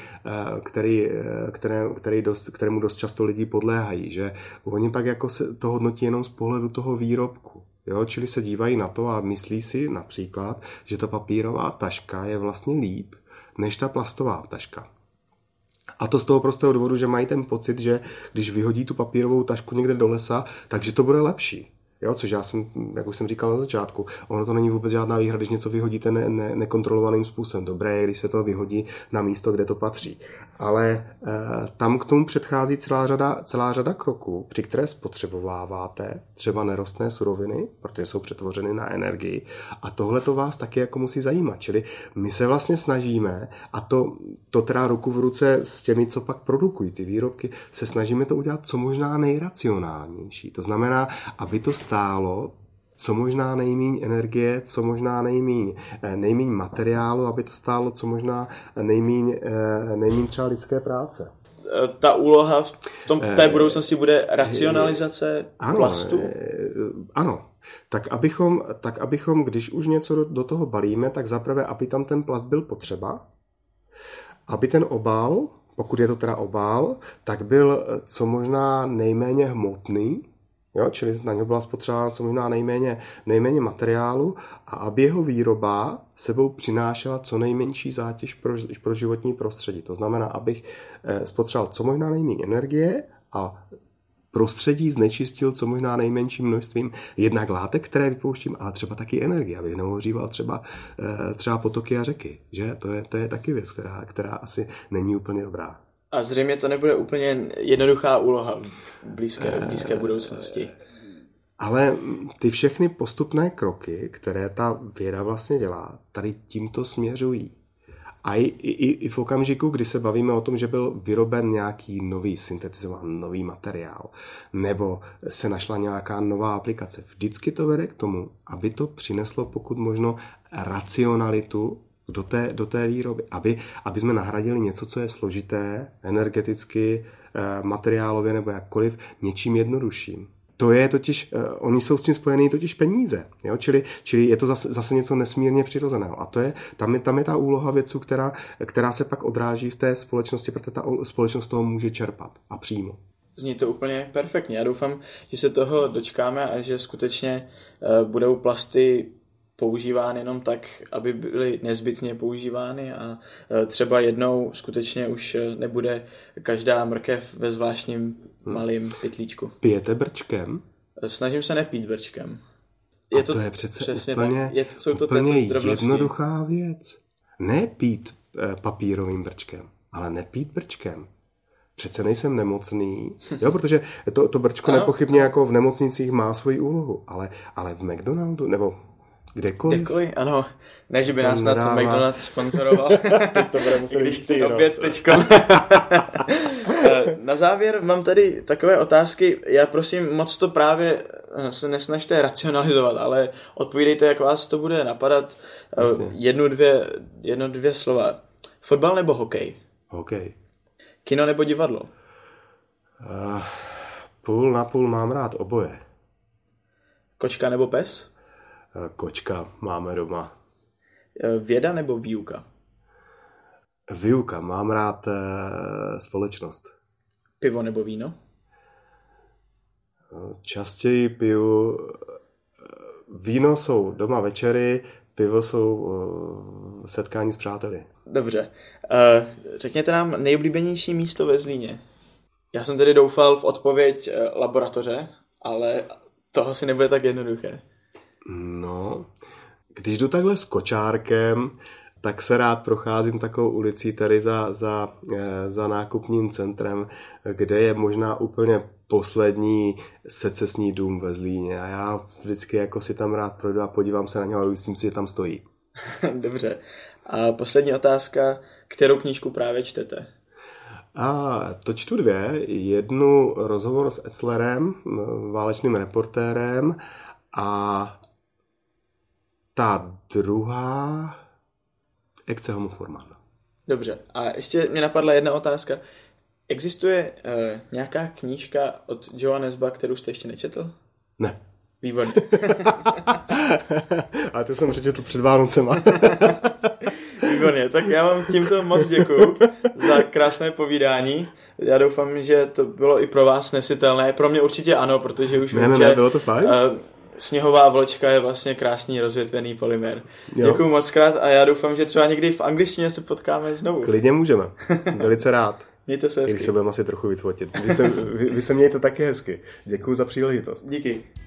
kterému dost často lidi podléhají, že oni pak jako se to hodnotí jenom z pohledu toho výrobku. Jo, čili se dívají na to a myslí si například, že ta papírová taška je vlastně líp než ta plastová taška. A to z toho prostého důvodu, že mají ten pocit, že když vyhodí tu papírovou tašku někde do lesa, takže to bude lepší. Jo, což já jsem, jak už jsem říkal na začátku, ono to není vůbec žádná výhra, když něco vyhodíte nekontrolovaným způsobem. Dobré je, když se to vyhodí na místo, kde to patří. ale tam k tomu předchází celá řada kroků, při které spotřebováváte třeba nerostné suroviny, protože jsou přetvořeny na energii a tohle to vás taky jako musí zajímat. Čili my se vlastně snažíme, a to teda ruku v ruce s těmi, co pak produkují ty výrobky, se snažíme to udělat co možná nejracionálnější. To znamená, aby to stálo co možná nejméně energie, co možná nejméně materiálu, aby to stálo co možná nejméně třeba lidské práce. Ta úloha v té budoucnosti bude racionalizace plastu? Ano. Tak abychom, když už něco do toho balíme, tak zaprvé, aby tam ten plast byl potřeba, aby ten obal, pokud je to teda obal, tak byl co možná nejméně hmotný, jo, čili na něho byla spotřeba co možná nejméně materiálu a aby jeho výroba sebou přinášela co nejmenší zátěž pro životní prostředí. To znamená, abych spotřeboval co možná nejméně energie a prostředí znečistil co možná nejmenším množstvím jednak látek, které vypouštím, ale třeba taky energie, abych neohříval třeba potoky a řeky. Že? To je taky věc, která asi není úplně dobrá. A zřejmě to nebude úplně jednoduchá úloha v blízké budoucnosti. Ale ty všechny postupné kroky, které ta věda vlastně dělá, tady tímto směřují. A i v okamžiku, kdy se bavíme o tom, že byl vyroben nějaký nový syntetizovaný nový materiál, nebo se našla nějaká nová aplikace, vždycky to vede k tomu, aby to přineslo pokud možno racionalitu do té výroby, aby jsme nahradili něco, co je složité, energeticky, materiálově nebo jakkoliv, něčím jednodušším. To je totiž, oni jsou s tím spojený totiž peníze, jo? Čili je to zase něco nesmírně přirozeného. A tam je ta úloha věců, která se pak odráží v té společnosti, protože ta společnost toho může čerpat a přímo. Zní to úplně perfektně. Já doufám, že se toho dočkáme a že skutečně budou plasty používány jenom tak, aby byly nezbytně používány a třeba jednou skutečně už nebude každá mrkev ve zvláštním malým pytlíčku. Pijete brčkem? Snažím se nepít brčkem. To je přece úplně jednoduchá věc. Ne pít papírovým brčkem, ale nepít brčkem. Přece nejsem nemocný, jo, protože to brčko nepochybně jako v nemocnicích má svoji úlohu, ale v McDonaldu nebo kdekoliv, ano. Ne, že by nás na to McDonald's sponzoroval. To bude muset když ten oběd teďko. Na závěr mám tady takové otázky. Já prosím, moc to právě se nesnažte racionalizovat, ale odpovídejte, jak vás to bude napadat. Jedno, dvě slova. Fotbal nebo hokej? Hokej. Kino nebo divadlo? Půl na půl, mám rád oboje. Kočka nebo pes? Kočka máme doma. Věda nebo výuka? Výuka, mám rád společnost. Pivo nebo víno? Častěji piju. Víno jsou doma večery, pivo jsou setkání s přáteli. Dobře. Řekněte nám nejoblíbenější místo ve Zlíně. Já jsem tedy doufal v odpověď laboratoře, ale toho asi nebude tak jednoduché. No, když jdu takhle s kočárkem, tak se rád procházím takovou ulicí tady za nákupním centrem, kde je možná úplně poslední secesní dům ve Zlíně. A já vždycky jako si tam rád projdu a podívám se na něho a myslím si, že tam stojí. Dobře. A poslední otázka, kterou knížku právě čtete? A to čtu dvě. Jednu rozhovor s Etzlerem, válečným reportérem, a ta druhá Ecce homo forman. Dobře. A ještě mě napadla jedna otázka. Existuje nějaká knížka od Joea Nesba, kterou jste ještě nečetl? Ne. Výborně. Ale to jsem přečetl před Vánocema. Výborně, tak já vám tímto moc děkuju za krásné povídání. Já doufám, že to bylo i pro vás nesitelné. Pro mě určitě ano, protože už vím, že bylo to fajn. Sněhová vločka je vlastně krásný rozvětvený polymer. Děkuju moc krát a já doufám, že třeba někdy v angličtině se potkáme znovu. Klidně můžeme. Velice rád. Mějte se hezky. I když se budeme asi trochu vyfotit. Vy se mějte taky hezky. Děkuju za příležitost. Díky.